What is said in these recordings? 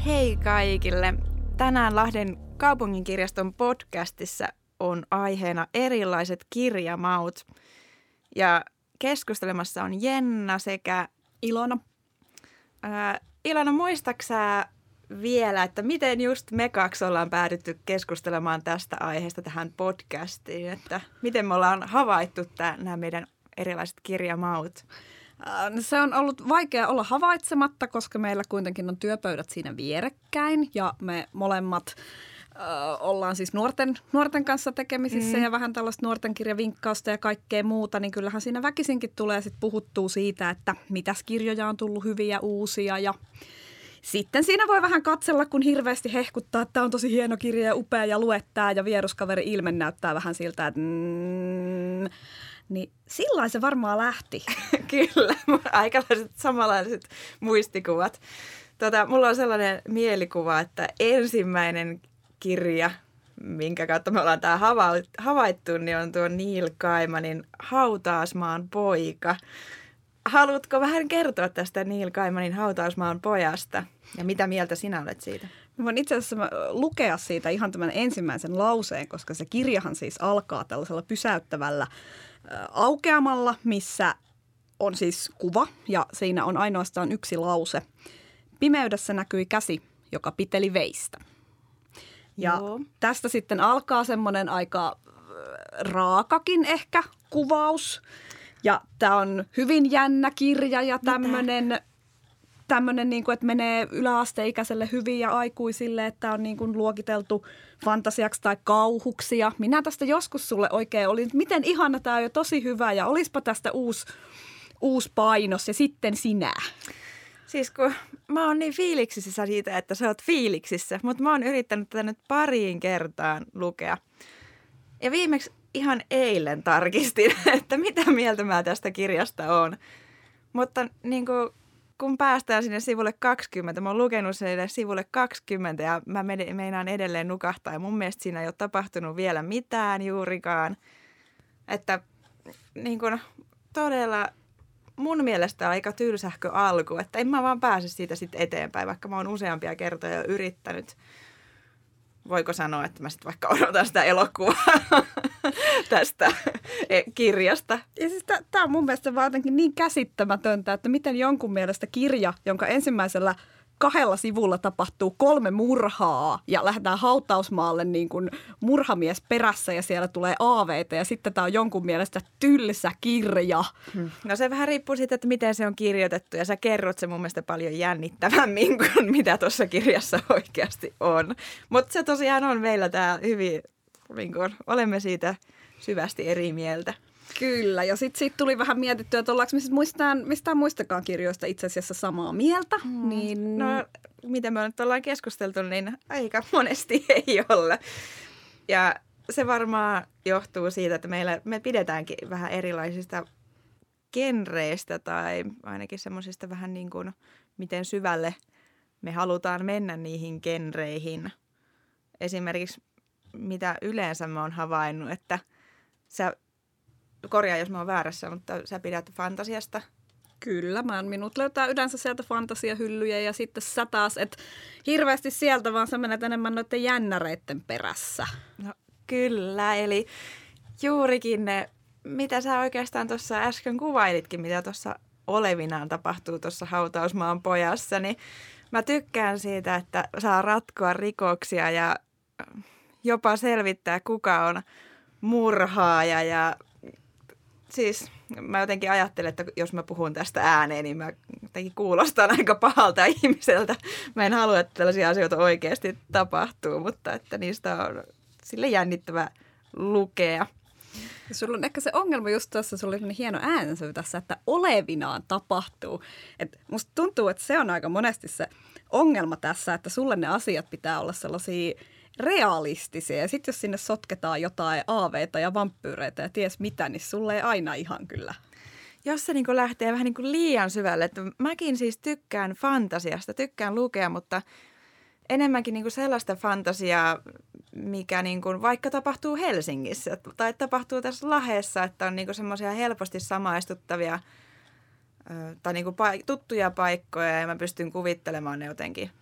Hei kaikille! Tänään Lahden kaupunginkirjaston podcastissa on aiheena erilaiset kirjamaut. Ja keskustelemassa on Jenna sekä Ilona. Ilona, muistaaksä vielä, että miten just me kaksi ollaan päädytty keskustelemaan tästä aiheesta tähän podcastiin? Että miten me ollaan havaittu nämä meidän erilaiset kirjamaut? Se on ollut vaikea olla havaitsematta, koska meillä kuitenkin on työpöydät siinä vierekkäin ja me molemmat ollaan siis nuorten kanssa tekemisissä ja vähän tällaista nuorten kirjavinkkausta ja kaikkea muuta, niin kyllähän siinä väkisinkin tulee sitten puhuttua siitä, että mitäs kirjoja on tullut hyviä uusia ja sitten siinä voi vähän katsella, kun hirveästi hehkuttaa, että tämä on tosi hieno kirja ja upea ja luettaa ja vieruskaveri ilme näyttää vähän siltä, että niin sillain se varmaan lähti. Kyllä, aikalaiset samanlaiset muistikuvat. Mulla on sellainen mielikuva, että ensimmäinen kirja, minkä kautta me ollaan tämä havaittu, niin on tuo Neil Gaimanin Hautausmaan poika. Haluatko vähän kertoa tästä Neil Gaimanin Hautausmaan pojasta ja mitä mieltä sinä olet siitä? Mä voin itse asiassa lukea siitä ihan tämän ensimmäisen lauseen, koska se kirjahan siis alkaa tällaisella pysäyttävällä aukeamalla, missä on siis kuva ja siinä on ainoastaan yksi lause. Pimeydessä näkyi käsi, joka piteli veistä. Ja tästä sitten alkaa semmoinen aika raakakin ehkä kuvaus. Ja tämä on hyvin jännä kirja ja tämmöinen niin kuin, että menee yläasteikäiselle hyvin ja aikuisille, että on niin kuin luokiteltu fantasiaksi tai kauhuksi. Ja minä tästä joskus sulle oikein olin, että miten ihana tämä on jo tosi hyvä ja olispa tästä uusi painos ja sitten sinä. Siis kun mä oon niin fiiliksissä siitä, että sä oot fiiliksissä, mutta mä oon yrittänyt tätä nyt pariin kertaan lukea. Ja viimeksi ihan eilen tarkistin, että mitä mieltä mä tästä kirjasta oon. Mutta niin kuin kun päästään sinne sivulle 20, mä oon lukenut sinne sivulle 20 ja mä meinaan edelleen nukahtaa. Ja mun mielestä siinä ei ole tapahtunut vielä mitään juurikaan. Että niin kuin todella mun mielestä aika tylsähkö alku, että en mä vaan pääse siitä sitten eteenpäin, vaikka mä oon useampia kertoja yrittänyt. Voiko sanoa, että mä sitten vaikka odotan sitä elokuvaa tästä kirjasta. Ja siis tämä on mun mielestä vaan jotenkin niin käsittämätöntä, että miten jonkun mielestä kirja, jonka ensimmäisellä 2 sivulla tapahtuu 3 murhaa ja lähdetään hautausmaalle niin kuin murhamies perässä ja siellä tulee aaveita ja sitten tämä on jonkun mielestä tylsä kirja. No se vähän riippuu siitä, että miten se on kirjoitettu ja sä kerrot se mun mielestä paljon jännittävämmin kuin mitä tuossa kirjassa oikeasti on. Mutta se tosiaan on meillä tämä hyvin, niin kuin, olemme siitä syvästi eri mieltä. Kyllä, ja sitten siitä tuli vähän mietittyä, että ollaanko me sitten mistään muistakaan kirjoista itse asiassa samaa mieltä. Niin no, mitä me nyt ollaan keskusteltu, niin aika monesti ei olla. Ja se varmaan johtuu siitä, että me pidetäänkin vähän erilaisista genreistä tai ainakin semmoisista vähän niin kuin, miten syvälle me halutaan mennä niihin genreihin. Esimerkiksi mitä yleensä mä oon havainnut, että korjaa, jos mä oon väärässä, mutta sä pidät fantasiasta. Kyllä, minut löytää yleensä sieltä fantasiahyllyjä ja sitten sä taas, että hirveästi sieltä vaan sä menet enemmän noiden jännäreitten perässä. No kyllä, eli juurikin ne, mitä sä oikeastaan tuossa äsken kuvailitkin, mitä tuossa olevinaan tapahtuu tuossa Hautausmaan pojassa, niin mä tykkään siitä, että saa ratkoa rikoksia ja jopa selvittää, kuka on murhaaja ja siis mä jotenkin ajattelen, että jos mä puhun tästä ääneen, niin mä jotenkin kuulostan aika pahalta ihmiseltä. Mä en halua, että tällaisia asioita oikeasti tapahtuu, mutta että niistä on sille jännittävä lukea. Ja sulla on ehkä se ongelma just tuossa, sulla oli hieno äänensävy tässä, että olevinaan tapahtuu. Et musta tuntuu, että se on aika monesti se ongelma tässä, että sulle ne asiat pitää olla sellaisia realistisia. Ja sitten jos sinne sotketaan jotain aaveita ja vampyyreitä ja ties mitä, niin sulle ei aina ihan kyllä. Jos se niin kuin lähtee vähän niin kuin liian syvälle, että mäkin siis tykkään fantasiasta, tykkään lukea, mutta enemmänkin niin kuin sellaista fantasiaa, mikä niin kuin vaikka tapahtuu Helsingissä tai tapahtuu tässä Lahdessa, että on niin kuin semmoisia helposti samaistuttavia tai niin kuin tuttuja paikkoja ja mä pystyn kuvittelemaan ne jotenkin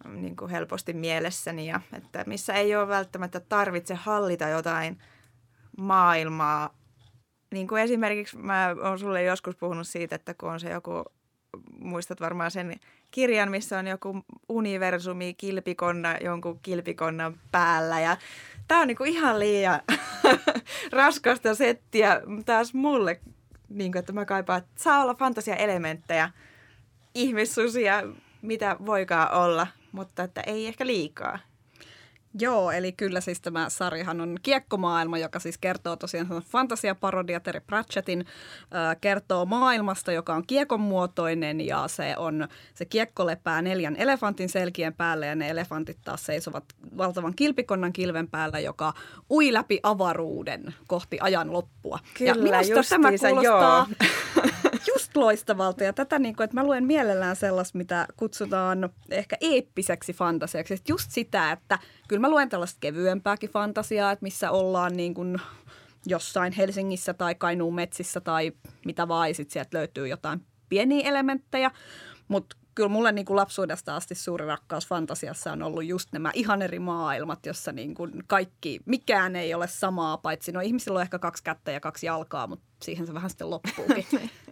niin kuin helposti mielessäni ja että missä ei ole välttämättä tarvitse hallita jotain maailmaa. Niin kuin esimerkiksi mä oon sulle joskus puhunut siitä, että kun on se joku, muistat varmaan sen kirjan, missä on joku universumi kilpikonna jonkun kilpikonnan päällä ja tää on niin kuin ihan liian raskasta settiä taas mulle, niin kuin, että mä kaipaan, että saa olla fantasiaelementtejä, ihmissusia, mitä voikaan olla, mutta että ei ehkä liikaa. Joo, eli kyllä siis tämä sarjahan on kiekkomaailma, joka siis kertoo tosiaan fantasiaparodia Terry Pratchettin, kertoo maailmasta, joka on kiekon muotoinen ja se kiekko lepää 4 elefantin selkien päälle ja ne elefantit taas seisovat valtavan kilpikonnan kilven päällä, joka ui läpi avaruuden kohti ajan loppua. Kyllä, ja minusta tämä kuulostaa just loistavalta ja tätä, niin kuin, että mä luen mielellään sellaista, mitä kutsutaan ehkä eeppiseksi fantasiaksi. Että just sitä, että kyllä mä luen tällaista kevyempääkin fantasiaa, että missä ollaan niin kuin jossain Helsingissä tai Kainuun metsissä tai mitä vaan, ja sitten sieltä löytyy jotain pieniä elementtejä. Mutta kyllä mulle niin kuin lapsuudesta asti suuri rakkaus fantasiassa on ollut just nämä ihan eri maailmat, jossa niin kuin mikään ei ole samaa, paitsi ihmisillä on ehkä 2 kättä ja 2 jalkaa, mutta siihen se vähän sitten loppuukin.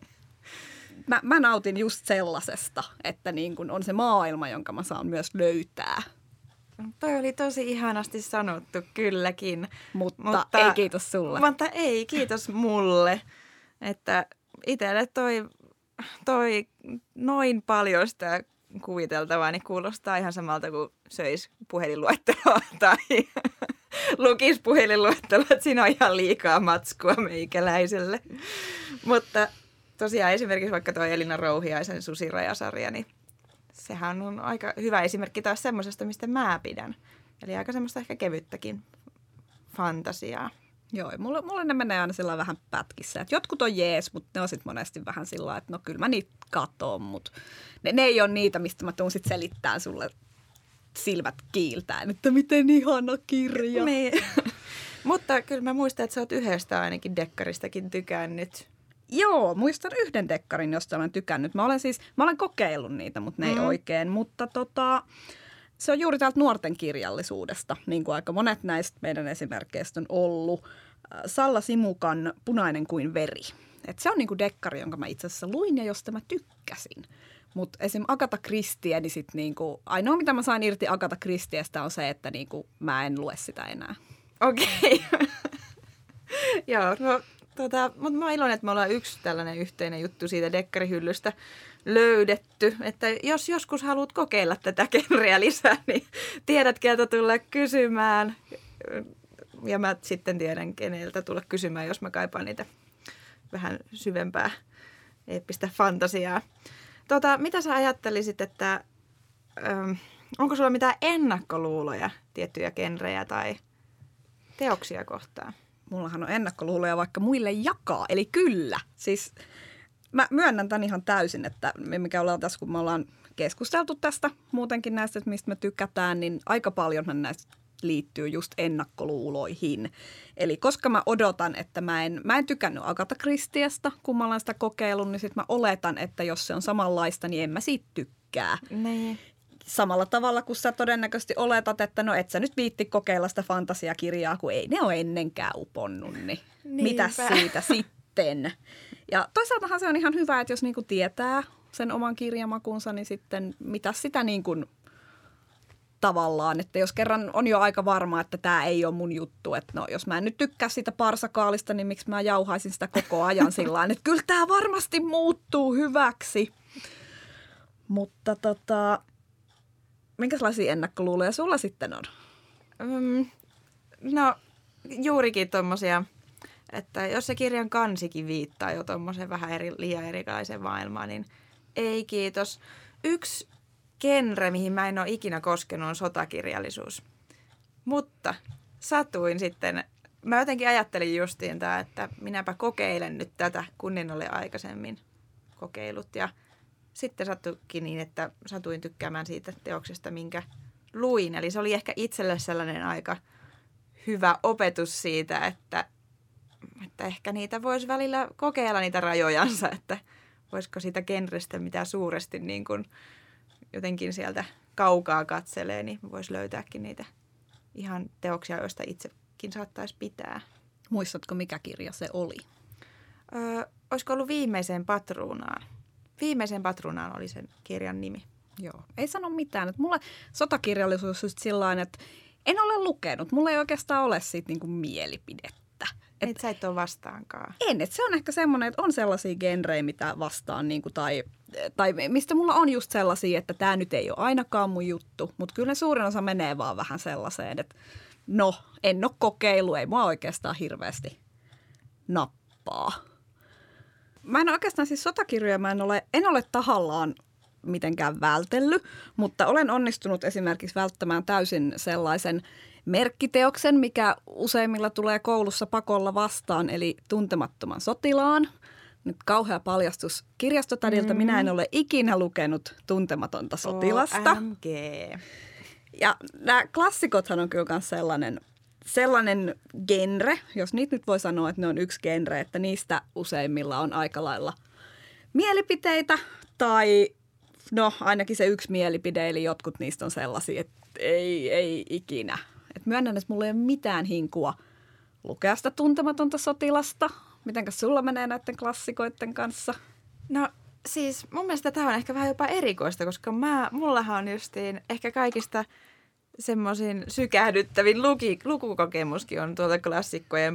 Mä nautin just sellaisesta, että niin kun on se maailma, jonka mä saan myös löytää. Toi oli tosi ihanasti sanottu, kylläkin. Mutta ei kiitos sulle. Mutta ei kiitos mulle, että itselle toi noin paljon sitä kuviteltavaa, niin kuulostaa ihan samalta kuin söisi puhelinluetteloa tai lukisi puhelinluetteloa, että siinä on ihan liikaa matskua meikäläiselle. Mutta tosiaan esimerkiksi vaikka tuo Elina Rouhiaisen Susirajasarja, niin sehän on aika hyvä esimerkki taas semmoisesta, mistä mä pidän. Eli aika semmoista ehkä kevyttäkin fantasiaa. Joo, mulle ne menee aina sillä vähän pätkissä. Et jotkut on jees, mutta ne on sitten monesti vähän sillä että no kyllä mä niitä katon, mutta ne ei ole niitä, mistä mä tuun sitten selittää sulle silmät kiiltäen, että miten ihana kirja. Niin. Mutta kyllä mä muistan, että sä oot yhdestä ainakin dekkaristakin tykännyt. Joo, muistan yhden dekkarin, josta olen tykännyt. Mä olen kokeillut niitä, mutta ne ei oikein. Mutta se on juuri täältä nuorten kirjallisuudesta, niin kuin aika monet näistä meidän esimerkkeistä on ollut. Salla Simukan Punainen kuin veri. Et se on niin kuin dekkari, jonka mä itse asiassa luin ja josta mä tykkäsin. Mutta esim. Agatha Christie, niin sit niinku, ainoa mitä mä sain irti Agatha Christiestä on se, että niinku, mä en lue sitä enää. Okei. Joo, no mutta mä oon iloinen, että me ollaan yksi tällainen yhteinen juttu siitä dekkarihyllystä löydetty. Että jos joskus haluat kokeilla tätä genreä lisää, niin tiedät, keltä tulla kysymään. Ja mä sitten tiedän, keneltä tulla kysymään, jos mä kaipaan niitä vähän syvempää eeppistä fantasiaa. Mitä sä ajattelisit, että onko sulla mitään ennakkoluuloja tiettyjä genrejä tai teoksia kohtaan? Mullahan on ennakkoluuloja vaikka muille jakaa, eli kyllä. Siis mä myönnän tämän ihan täysin, että mikä ollaan tässä, kun me ollaan keskusteltu tästä muutenkin näistä, että mistä me tykätään, niin aika paljonhan näistä liittyy just ennakkoluuloihin. Eli koska mä odotan, että mä en tykännyt Agatha Christiesta, kun mä olen sitä kokeillut, niin sit mä oletan, että jos se on samanlaista, niin en mä siitä tykkää. Niin. Samalla tavalla, kun sä todennäköisesti oletat, että no et sä nyt viitti kokeilla sitä fantasiakirjaa, kun ei ne ole ennenkään uponnut, niin mitäs siitä sitten? Ja toisaaltahan se on ihan hyvä, että jos niinku tietää sen oman kirjamakunsa, niin sitten mitäs sitä niinku tavallaan, että jos kerran on jo aika varma, että tämä ei ole mun juttu, että no jos mä en nyt tykkää siitä parsakaalista, niin miksi mä jauhaisin sitä koko ajan sillain, että kyllä tämä varmasti muuttuu hyväksi. Mutta minkälaisia ennakkoluuloja sulla sitten on? No juurikin tommosia, että jos se kirjan kansikin viittaa jo tommoseen vähän liian erilaiseen maailmaan, niin ei kiitos. Yksi genre, mihin mä en ole ikinä koskenut, on sotakirjallisuus. Mutta satuin sitten, mä jotenkin ajattelin justiin tämä, että minäpä kokeilen nyt tätä, kun en ole aikaisemmin kokeillut. Ja sitten sattuikin niin, että satuin tykkäämään siitä teoksesta, minkä luin. Eli se oli ehkä itselle sellainen aika hyvä opetus siitä, että ehkä niitä voisi välillä kokeilla niitä rajojansa, että voisiko siitä genrestä mitä suuresti niin kuin jotenkin sieltä kaukaa katselee, niin voisi löytääkin niitä ihan teoksia, joista itsekin saattaisi pitää. Muistatko, mikä kirja se oli? Olisiko ollut Viimeiseen patruunaan? Viimeiseen patruunaan oli sen kirjan nimi. Joo, ei sano mitään. Että mulle sotakirjallisuus just sillain, että en ole lukenut. Mulla ei oikeastaan ole siitä niinku mielipidettä. Et sä et ole vastaankaan. En, että se on ehkä semmoinen, että on sellaisia genrejä, mitä vastaan, niinku, tai mistä mulla on just sellaisia, että tämä nyt ei ole ainakaan mun juttu. Mutta kyllä ne suurin osa menee vaan vähän sellaiseen, että no, en ole kokeillut, ei mua oikeastaan hirveästi nappaa. Mä en oikeastaan siis sotakirjoja, en ole tahallaan mitenkään vältellyt, mutta olen onnistunut esimerkiksi välttämään täysin sellaisen merkkiteoksen, mikä useimmilla tulee koulussa pakolla vastaan, eli Tuntemattoman sotilaan. Nyt kauhea paljastus kirjastotädiltä. Minä en ole ikinä lukenut Tuntematonta sotilasta. OMG. Ja nämä klassikothan on kyllä myös sellainen genre, jos niitä nyt voi sanoa, että ne on yksi genre, että niistä useimmilla on aika lailla mielipiteitä tai no ainakin se yksi mielipide, eli jotkut niistä on sellaisia, että ei ikinä. Et myönnän, että mulla ei ole mitään hinkua lukea sitä Tuntematonta sotilasta. Mitenkäs sulla menee näiden klassikoiden kanssa? No siis mun mielestä tämä on ehkä vähän jopa erikoista, koska mullahan on justiin ehkä kaikista semmoisin sykähdyttävin lukukokemuskin on tuolta klassikkojen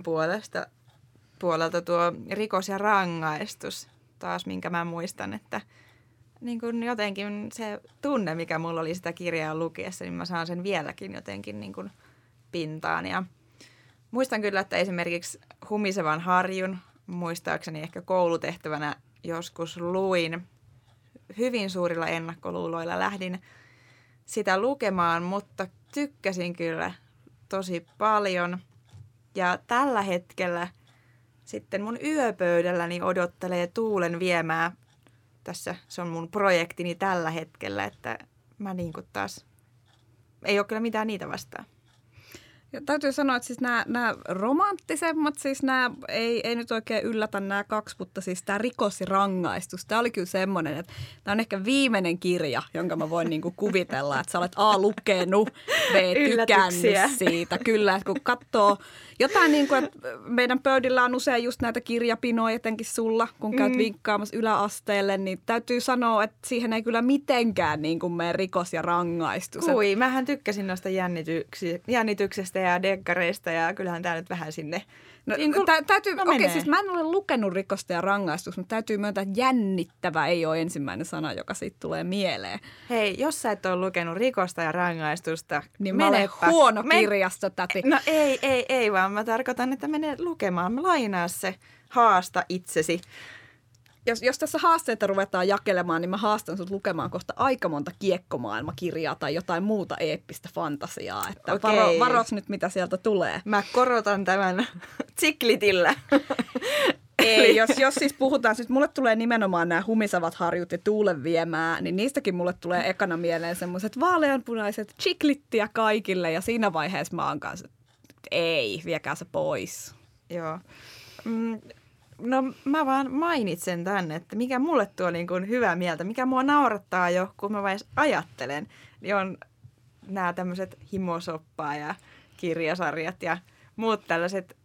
puolelta tuo Rikos ja rangaistus taas, minkä mä muistan, että niin kun jotenkin se tunne, mikä mulla oli sitä kirjaa lukiessa, niin mä saan sen vieläkin jotenkin niin kun pintaan. Ja muistan kyllä, että esimerkiksi Humisevan harjun, muistaakseni ehkä koulutehtävänä joskus luin. Hyvin suurilla ennakkoluuloilla lähdin sitä lukemaan, mutta tykkäsin kyllä tosi paljon. Ja tällä hetkellä sitten mun yöpöydälläni odottelee Tuulen viemää. Tässä se on mun projektini tällä hetkellä, että mä niin kuin taas, ei ole kyllä mitään niitä vastaan. Ja täytyy sanoa, että siis nämä romanttisemmat, siis nämä ei nyt oikein yllätä nämä kaksi, mutta siis tämä Rikos ja rangaistus, tämä oli kyllä semmoinen, että tämä on ehkä viimeinen kirja, jonka mä voin niinku kuvitella, että sä olet A lukenut, B tykännyt siitä. Kyllä, että kun katsoo jotain niin kuin, että meidän pöydillä on usein just näitä kirjapinoja, etenkin sulla, kun käyt vinkkaamassa yläasteelle, niin täytyy sanoa, että siihen ei kyllä mitenkään niin kuin mene Rikos ja rangaistus. Mähän tykkäsin noista jännityksestä ja dekkareista ja kyllähän tämä nyt vähän sinne. No, siis mä en ole lukenut Rikosta ja rangaistus, mutta täytyy myöntää, että jännittävä ei ole ensimmäinen sana, joka siitä tulee mieleen. Hei, jos sä et ole lukenut Rikosta ja rangaistusta, niin mä olen huono kirjastotäti. No ei, vaan mä tarkoitan, että mene lukemaan. Mä lainaa se, haasta itsesi. Jos tässä haasteita ruvetaan jakelemaan, niin mä haastan sut lukemaan kohta aika monta kiekkomaailmakirjaa tai jotain muuta eeppistä fantasiaa. Että varos nyt, mitä sieltä tulee. Mä korotan tämän tsiklitillä. Ei, jos siis puhutaan, siis mulle tulee nimenomaan nämä Humisavat harjut ja Tuulen viemää, niin niistäkin mulle tulee ekana mieleen semmoiset vaaleanpunaiset chiklittiä kaikille. Ja siinä vaiheessa mä oon kanssa, että ei, viekää se pois. Joo. No mä vaan mainitsen tänne, että mikä mulle tuo niin kuin hyvää mieltä, mikä mua naurattaa jo, kun mä vaan ajattelen, niin on nämä tämmöiset himosoppaa ja kirjasarjat ja muut tällaiset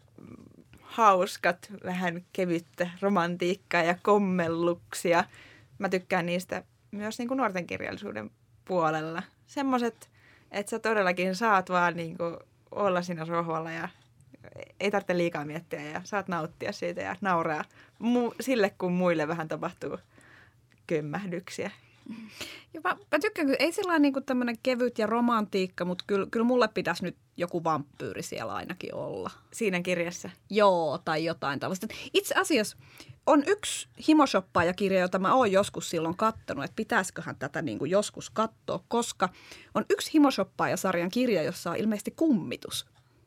hauskat, vähän kevyttä romantiikkaa ja kommelluksia. Mä tykkään niistä myös niin kuin nuorten kirjallisuuden puolella. Semmoiset, että sä todellakin saat vaan niin kuin olla siinä sohvalla ja ei tarvitse liikaa miettiä ja saat nauttia siitä ja nauraa sille, kun muille vähän tapahtuu kömmähdyksiä. Ja mä tykkään, ei sillä niin kuin tämmöinen kevyt ja romantiikka, mutta kyllä mulle pitäisi nyt joku vampyyri siellä ainakin olla. Siinä kirjassa? Joo, tai jotain tällaista. Itse asiassa on yksi himoshoppaja-kirja, jota mä oon joskus silloin kattonut, että pitäisiköhän tätä niin kuin joskus katsoa, koska on yksi himoshoppaja-sarjan kirja, jossa on ilmeisesti kummitus.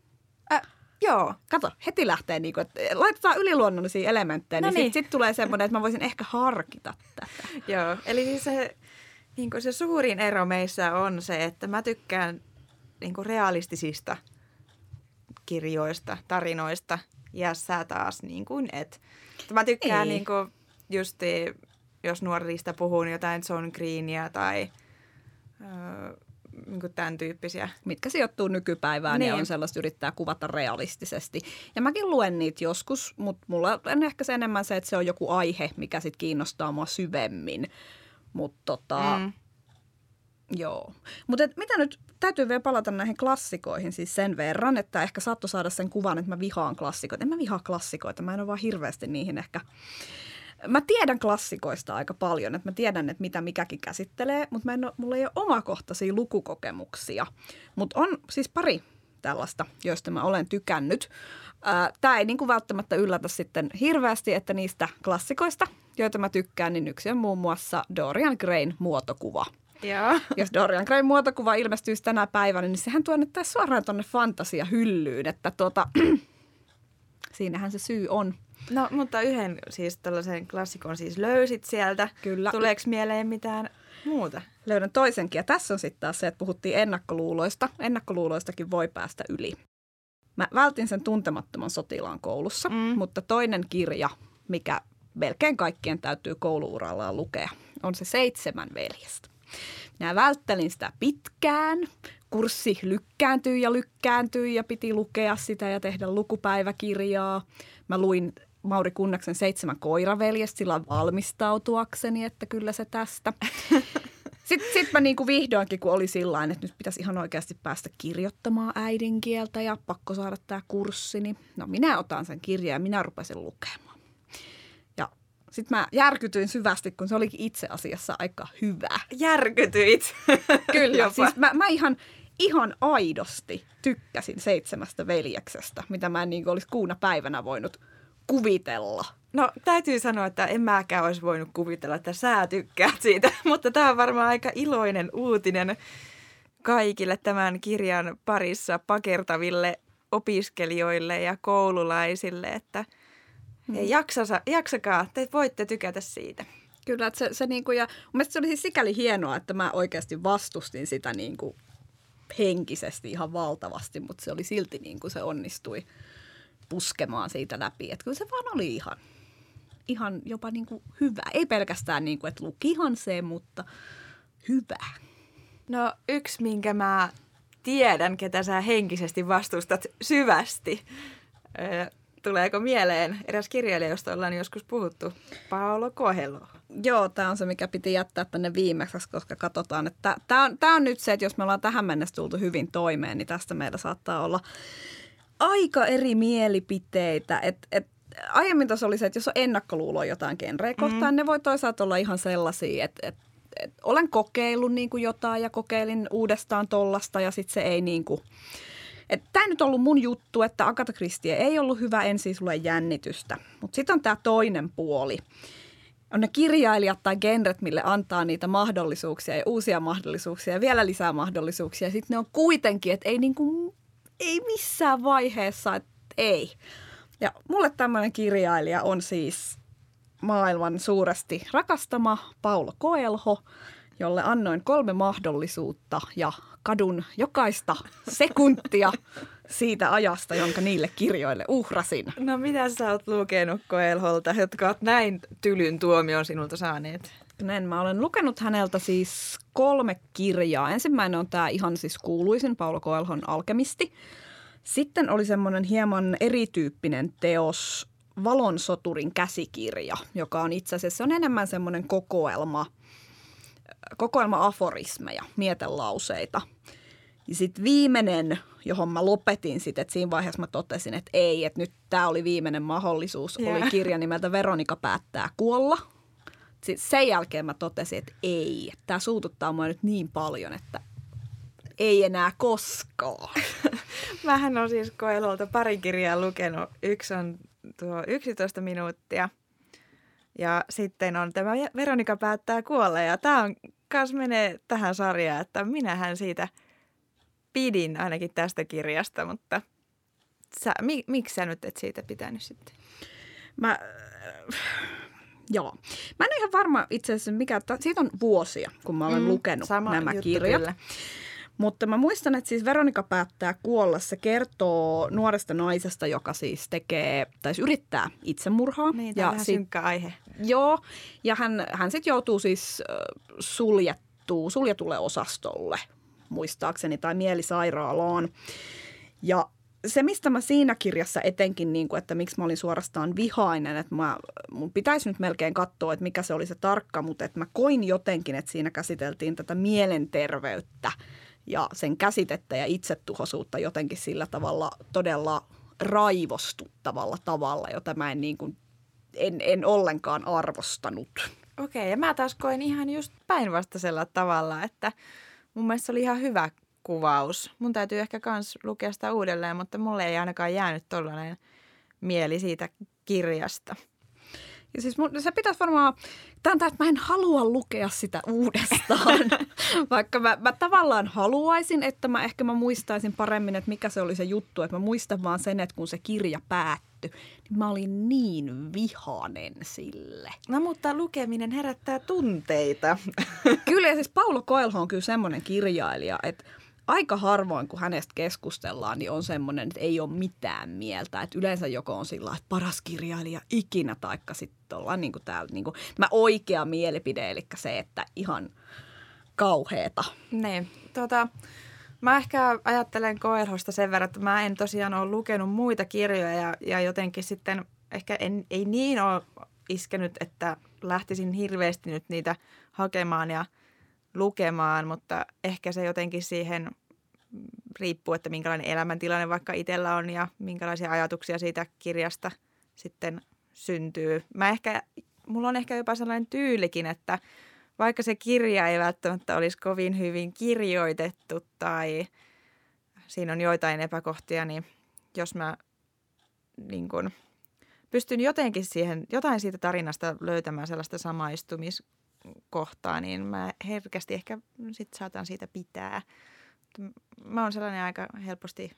Joo. Kato, heti lähtee, niin kuin, että laitetaan yliluonnollisia elementtejä, no niin sitten tulee semmoinen, että mä voisin ehkä harkita tätä. Joo, eli siis se suurin ero meissä on se, että mä tykkään niin kuin realistisista kirjoista, tarinoista, ja sä taas niin kuin et. Mä tykkään niin kuin just, jos nuorista puhun jotain John Greenia tai niin kuin tämän tyyppisiä. Mitkä sijoittuu nykypäivään Niin. ja on sellaista, yrittää kuvata realistisesti. Ja mäkin luen niitä joskus, mutta mulla on ehkä se enemmän se, että se on joku aihe, mikä sit kiinnostaa mua syvemmin. Mutta joo. Mutta mitä nyt, täytyy vielä palata näihin klassikoihin siis sen verran, että ehkä saattoi saada sen kuvan, että mä vihaan klassikoita. En mä vihaa klassikoita, mä en ole vaan hirveästi niihin ehkä. Mä tiedän klassikoista aika paljon, että mä tiedän, että mitä mikäkin käsittelee, mutta mulla ei ole omakohtaisia lukukokemuksia. Mutta on siis pari tällaista, joista mä olen tykännyt. Tämä ei niinku välttämättä yllätä sitten hirveästi, että niistä klassikoista, joita mä tykkään, niin yksi on muun muassa Dorian Grayn muotokuva. Joo. Jos Dorian Grayn muotokuva ilmestyisi tänä päivänä, niin sehän tuonnettaisiin suoraan tuonne fantasiahyllyyn, että siinähän se syy on. No, mutta yhden siis tällaisen klassikon siis löysit sieltä. Kyllä. Tuleeko mieleen mitään muuta? Löydän toisenkin. Ja tässä on sitten taas se, että puhuttiin ennakkoluuloista. Ennakkoluuloistakin voi päästä yli. Mä vältin sen Tuntemattoman sotilaan koulussa, mutta toinen kirja, mikä melkein kaikkien täytyy kouluurallaan lukea, on se 7 veljestä. Minä välttelin sitä pitkään. Kurssi lykkääntyi ja piti lukea sitä ja tehdä lukupäiväkirjaa. Mä luin Mauri Kunnaksen 7 koiraveljestä sillä valmistautuakseni, että kyllä se tästä. Sitten mä niinku vihdoinkin, kun oli sillain, että nyt pitäisi ihan oikeasti päästä kirjoittamaan äidinkieltä ja pakko saada tämä kurssi, niin no minä otan sen kirjan ja minä rupesin lukemaan. Ja sitten mä järkytyin syvästi, kun se olikin itse asiassa aika hyvä. Järkytyit. Kyllä, siis mä ihan aidosti tykkäsin 7 veljeksestä, mitä mä en niin olisi kuuna päivänä voinut kuvitella. No täytyy sanoa, että en mäkään olisi voinut kuvitella, että sä tykkäät siitä, mutta tämä on varmaan aika iloinen uutinen kaikille tämän kirjan parissa pakertaville opiskelijoille ja koululaisille, että jaksakaa, te voitte tykätä siitä. Kyllä, että se niinku, ja mun mielestä se oli siis sikäli hienoa, että mä oikeasti vastustin sitä niinku henkisesti ihan valtavasti, mutta se oli silti niin kuin se onnistui puskemaan siitä läpi. Että kyllä se vaan oli ihan jopa niin kuin hyvä. Ei pelkästään niin kuin, että lukihan se, mutta hyvä. No yksi, minkä mä tiedän, ketä sä henkisesti vastustat syvästi. Tuleeko mieleen eräs kirjailija, josta ollaan joskus puhuttu? Paulo Coelho. Joo, tämä on se, mikä piti jättää tänne viimeksi, koska katsotaan, että tämä on nyt se, että jos me ollaan tähän mennessä tultu hyvin toimeen, niin tästä meillä saattaa olla aika eri mielipiteitä. Aiemmin tuossa oli se, että jos on ennakkoluuloa jotain genreä kohtaan, ne voi toisaalta olla ihan sellaisia, että olen kokeillut niin kuin jotain ja kokeilin uudestaan tollasta ja sitten se ei niin kuin. Tämä ei nyt ollut mun juttu, että Agatha Christie ei ollut hyvä, en siis lue jännitystä. Mutta sitten on tämä toinen puoli. On ne kirjailijat tai genret, mille antaa niitä mahdollisuuksia ja uusia mahdollisuuksia ja vielä lisää mahdollisuuksia. Ja sitten ne on kuitenkin, että ei missään vaiheessa, että ei. Ja mulle tämmöinen kirjailija on siis maailman suuresti rakastama Paulo Coelho, jolle annoin 3 mahdollisuutta ja kadun jokaista sekuntia siitä ajasta, jonka niille kirjoille uhrasin. No mitä sä oot lukenut Coelholta, jotka oot näin tylyn tuomion sinulta saaneet? Mä olen lukenut häneltä siis 3 kirjaa. Ensimmäinen on tämä ihan siis kuuluisin Paulo Coelhon Alkemisti. Sitten oli semmoinen hieman erityyppinen teos Valonsoturin käsikirja, joka on itse asiassa on enemmän semmoinen kokoelma aforismeja, mietelauseita. Ja sitten viimeinen, johon mä lopetin sitten, että siinä vaiheessa mä totesin, että ei, että nyt tämä oli viimeinen mahdollisuus, oli kirja nimeltä Veronika päättää kuolla. Sitten sen jälkeen mä totesin, että ei, tämä suututtaa mua nyt niin paljon, että ei enää koskaan. Mähän on siis Coelholta pari kirjaa lukenut. Yksi on tuo 11 minuuttia ja sitten on tämä Veronika päättää kuolla. Ja tämä on kanssa menee tähän sarjaan, että minähän siitä pidin ainakin tästä kirjasta, mutta miksi sä nyt et siitä pitänyt sitten? Joo. Mä en ole ihan varma itse asiassa, siitä on vuosia, kun mä olen lukenut nämä kirjat. Kyllä. Mutta mä muistan, että siis Veronika päättää kuolla. Se kertoo nuoresta naisesta, joka siis yrittää itsemurhaa. Niin, tämä on vähän synkkä aihe. Joo, ja hän sitten joutuu siis suljetulle osastolle, muistaakseni, tai mielisairaalaan. Ja se, mistä mä siinä kirjassa etenkin, niin kuin, että miksi mä olin suorastaan vihainen, että mun pitäisi nyt melkein katsoa, että mikä se oli se tarkka, mutta että mä koin jotenkin, että siinä käsiteltiin tätä mielenterveyttä ja sen käsitettä ja itsetuhoisuutta jotenkin sillä tavalla todella raivostuttavalla tavalla, jota mä en ollenkaan arvostanut. Okei, ja mä taas koin ihan just päinvastaisella tavalla, että mun mielestä se oli ihan hyvä kuvaus. Mun täytyy ehkä kans lukea sitä uudelleen, mutta mulle ei ainakaan jäänyt tollainen mieli siitä kirjasta. Ja siis se pitäisi varmaan, että mä en halua lukea sitä uudestaan, vaikka mä tavallaan haluaisin, että mä muistaisin paremmin, että mikä se oli se juttu, että mä muistan vaan sen, että kun se kirja päättyi, niin mä olin niin vihainen sille. No mutta lukeminen herättää tunteita. Kyllä, ja siis Paulo Coelho on kyllä semmoinen kirjailija, että aika harvoin, kun hänestä keskustellaan, niin on semmoinen, että ei ole mitään mieltä. Että yleensä joko on sillä että paras kirjailija ikinä, taikka sitten ollaan niin kuin täällä niin kuin tämä oikea mielipide, eli se, että ihan kauheeta. Niin, mä ehkä ajattelen Coelhosta sen verran, että mä en tosiaan ole lukenut muita kirjoja ja jotenkin sitten ehkä ei niin ole iskenyt, että lähtisin hirveästi nyt niitä hakemaan ja lukemaan, mutta ehkä se jotenkin siihen riippuu, että minkälainen elämäntilanne vaikka itsellä on ja minkälaisia ajatuksia siitä kirjasta sitten syntyy. Mulla on ehkä jopa sellainen tyylikin, että vaikka se kirja ei välttämättä olisi kovin hyvin kirjoitettu tai siinä on joitain epäkohtia, niin jos mä niin kun pystyn jotenkin jotain siitä tarinasta löytämään sellaista samaistumiskohtaa, niin mä herkästi ehkä sit saatan siitä pitää. Mä oon sellainen aika helposti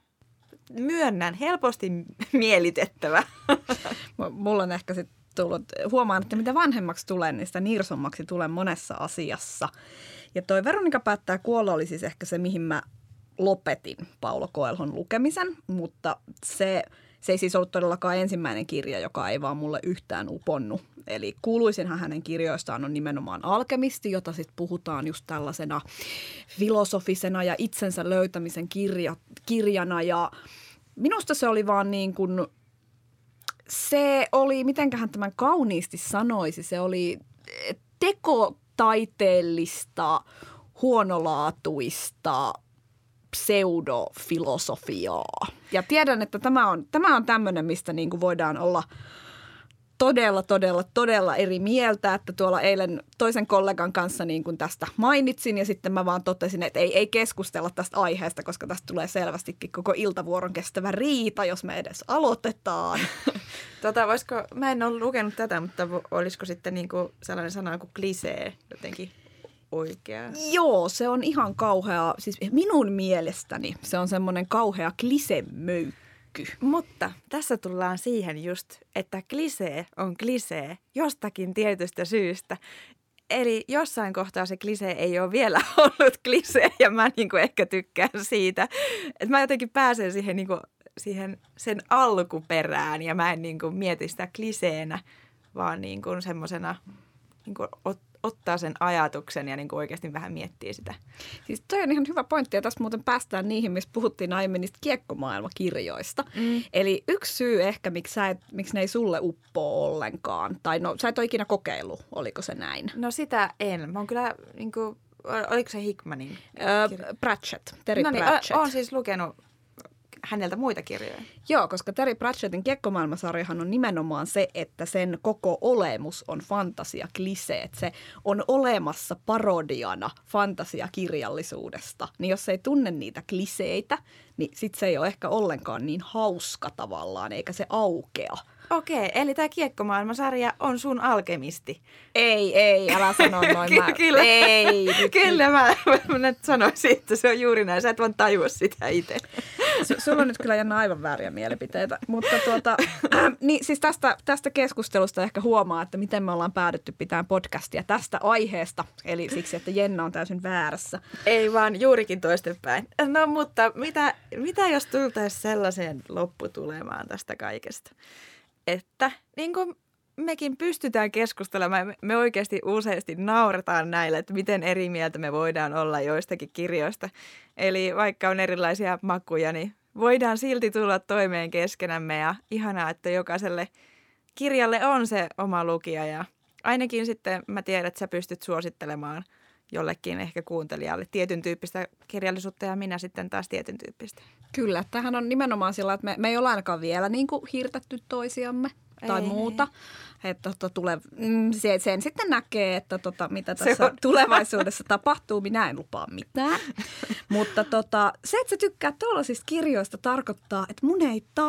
mielitettävä. Mulla on ehkä sitten tullut, huomaan, että mitä vanhemmaksi tulen, niin sitä nirsommaksi tulen monessa asiassa. Ja toi Veronika päättää kuolla oli siis ehkä se, mihin mä lopetin Paulo Coelhon lukemisen, mutta se ei siis ollut todellakaan ensimmäinen kirja, joka ei vaan mulle yhtään uponnut. Eli kuuluisinhan hänen kirjoistaan on nimenomaan Alkemisti, jota sitten puhutaan just tällaisena filosofisena ja itsensä löytämisen kirjana. Ja minusta se oli vaan niin kuin, se oli, mitenköhän tämän kauniisti sanoisi, se oli tekotaiteellista, huonolaatuista pseudofilosofiaa. Ja tiedän, että tämä on tämmöinen, mistä niin kuin voidaan olla todella eri mieltä, että tuolla eilen toisen kollegan kanssa niin kuin tästä mainitsin ja sitten mä vaan totesin, että ei keskustella tästä aiheesta, koska tästä tulee selvästikin koko iltavuoron kestävä riita, jos me edes aloitetaan. Mä en ole lukenut tätä, mutta olisiko sitten niin kuin sellainen sana kuin klisee jotenkin oikea? Joo, se on ihan kauhea, siis minun mielestäni se on semmoinen kauhea klisemöykky. Mutta tässä tullaan siihen just, että klisee on klisee jostakin tietystä syystä. Eli jossain kohtaa se klisee ei ole vielä ollut klisee ja mä niinku ehkä tykkään siitä. Että mä jotenkin pääsen siihen, niinku, sen alkuperään ja mä en niinku mieti sitä kliseenä, vaan niinku semmoisena niinku ottaa sen ajatuksen ja niinku oikeasti vähän miettiä sitä. Siis toi on ihan hyvä pointti ja tästä muuten päästään niihin, mistä puhuttiin aiemmin niistä kiekkomaailmakirjoista. Eli yksi syy ehkä, miksi ne ei sulle uppoa ollenkaan, tai no sä et ole ikinä kokeillut, oliko se näin? No sitä en. Mä oon kyllä, niinku, oliko se Hickmanin Pratchett, Terry Pratchett. Oon siis lukenut häneltä muita kirjoja. Joo, koska Terry Pratchettin kiekkomaailmasarjahan on nimenomaan se, että sen koko olemus on fantasia-kliseet. Se on olemassa parodiana fantasiakirjallisuudesta. Niin jos ei tunne niitä kliseitä, niin sit se ei ole ehkä ollenkaan niin hauska tavallaan, eikä se aukea. Okei, eli tämä kiekkomaailmasarja on sun Alkemisti. Ei, älä sano noin. Kyllä, kyllä mä nyt sanoisin, että se on juuri näin. Sä et vaan tajua sitä itse. Sulla on nyt kyllä Janna aivan vääriä mielipiteitä, mutta niin siis tästä keskustelusta ehkä huomaa, että miten me ollaan päädytty pitämään podcastia tästä aiheesta, eli siksi, että Jenna on täysin väärässä. Ei vaan juurikin toistepäin. No mutta mitä jos tultaisiin sellaiseen lopputulemaan tästä kaikesta, että niin kuin mekin pystytään keskustelemaan. Me oikeasti useasti nauretaan näille, että miten eri mieltä me voidaan olla joistakin kirjoista. Eli vaikka on erilaisia makuja, niin voidaan silti tulla toimeen keskenämme ja ihanaa, että jokaiselle kirjalle on se oma lukija ja ainakin sitten mä tiedän, että sä pystyt suosittelemaan jollekin ehkä kuuntelijalle tietyn tyyppistä kirjallisuutta ja minä sitten taas tietyn tyyppistä. Kyllä, tämähän on nimenomaan sillä, että me ei olla ainakaan vielä niin kuin hiirtetty toisiamme tai muuta. Että sen sitten näkee, että mitä tässä tulevaisuudessa tapahtuu. Minä en lupaa mitään. Mutta se, että sä tykkäät tuollaisista kirjoista, tarkoittaa, että mun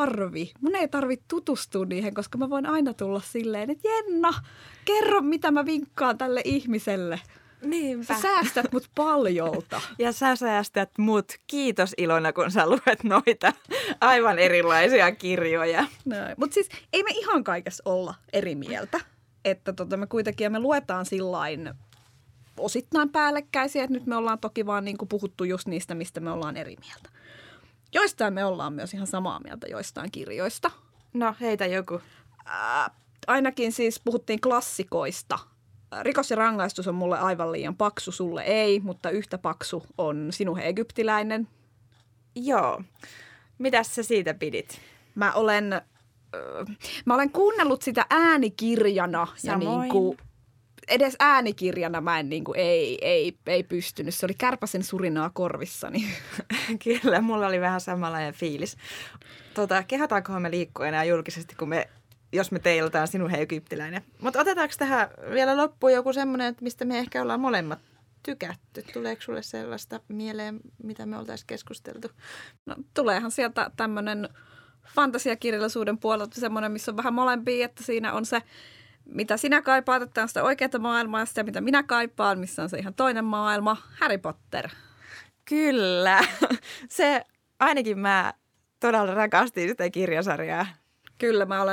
ei tarvi tutustua niihin, koska mä voin aina tulla silleen, että Jenna, kerro mitä mä vinkkaan tälle ihmiselle. Niinpä. Sä säästät mut paljolta. Ja sä säästät mut. Kiitos Ilona, kun sä luet noita aivan erilaisia kirjoja. Mutta siis ei me ihan kaikessa olla eri mieltä. Että me kuitenkin me luetaan sillain osittain päällekkäisiä, että nyt me ollaan toki vaan niinku puhuttu just niistä, mistä me ollaan eri mieltä. Joistain me ollaan myös ihan samaa mieltä joistain kirjoista. No heitä joku. Ainakin siis puhuttiin klassikoista. Rikos ja rangaistus on mulle aivan liian paksu, sulle ei, mutta yhtä paksu on Sinuhe egyptiläinen. Joo. Mitäs sä siitä pidit? Mä olen kuunnellut sitä äänikirjana. Samoin. Ja niinku, edes äänikirjana mä en ei pystynyt. Se oli kärpäsen surinaa korvissani. Kyllä, mulla oli vähän samanlainen fiilis. Kehataankohan me liikkua enää julkisesti, jos me teilataan Sinuhe egyptiläinen. Mutta otetaanko tähän vielä loppuun joku semmoinen, mistä me ehkä ollaan molemmat tykätty? Tuleeko sulle sellaista mieleen, mitä me oltaisiin keskusteltu? No, tuleehan sieltä tämmöinen fantasiakirjallisuuden puolelta semmoinen, missä on vähän molempia, että siinä on se, mitä sinä kaipaat, että on sitä oikeaa maailmaa, ja sitä, mitä minä kaipaan, missä on se ihan toinen maailma, Harry Potter. Kyllä. Se, ainakin mä todella rakastin sitä kirjasarjaa. Kyllä, mä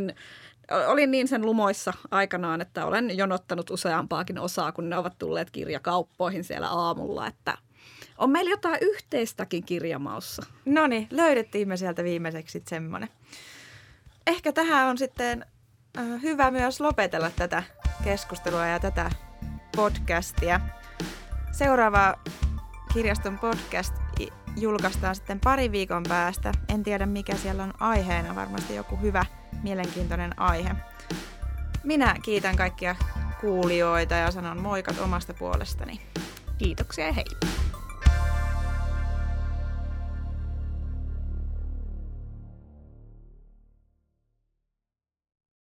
olin niin sen lumoissa aikanaan, että olen jonottanut useampaakin osaa, kun ne ovat tulleet kirjakauppoihin siellä aamulla, että on meillä jotain yhteistäkin kirjamaussa. Noniin, löydettiin me sieltä viimeiseksi sitten semmoinen. Ehkä tähän on sitten hyvä myös lopetella tätä keskustelua ja tätä podcastia. Seuraava kirjaston podcast julkaistaan sitten 2 viikon päästä. En tiedä mikä siellä on aiheena, varmasti joku hyvä, mielenkiintoinen aihe. Minä kiitän kaikkia kuulijoita ja sanon moikat omasta puolestani. Kiitoksia ja hei!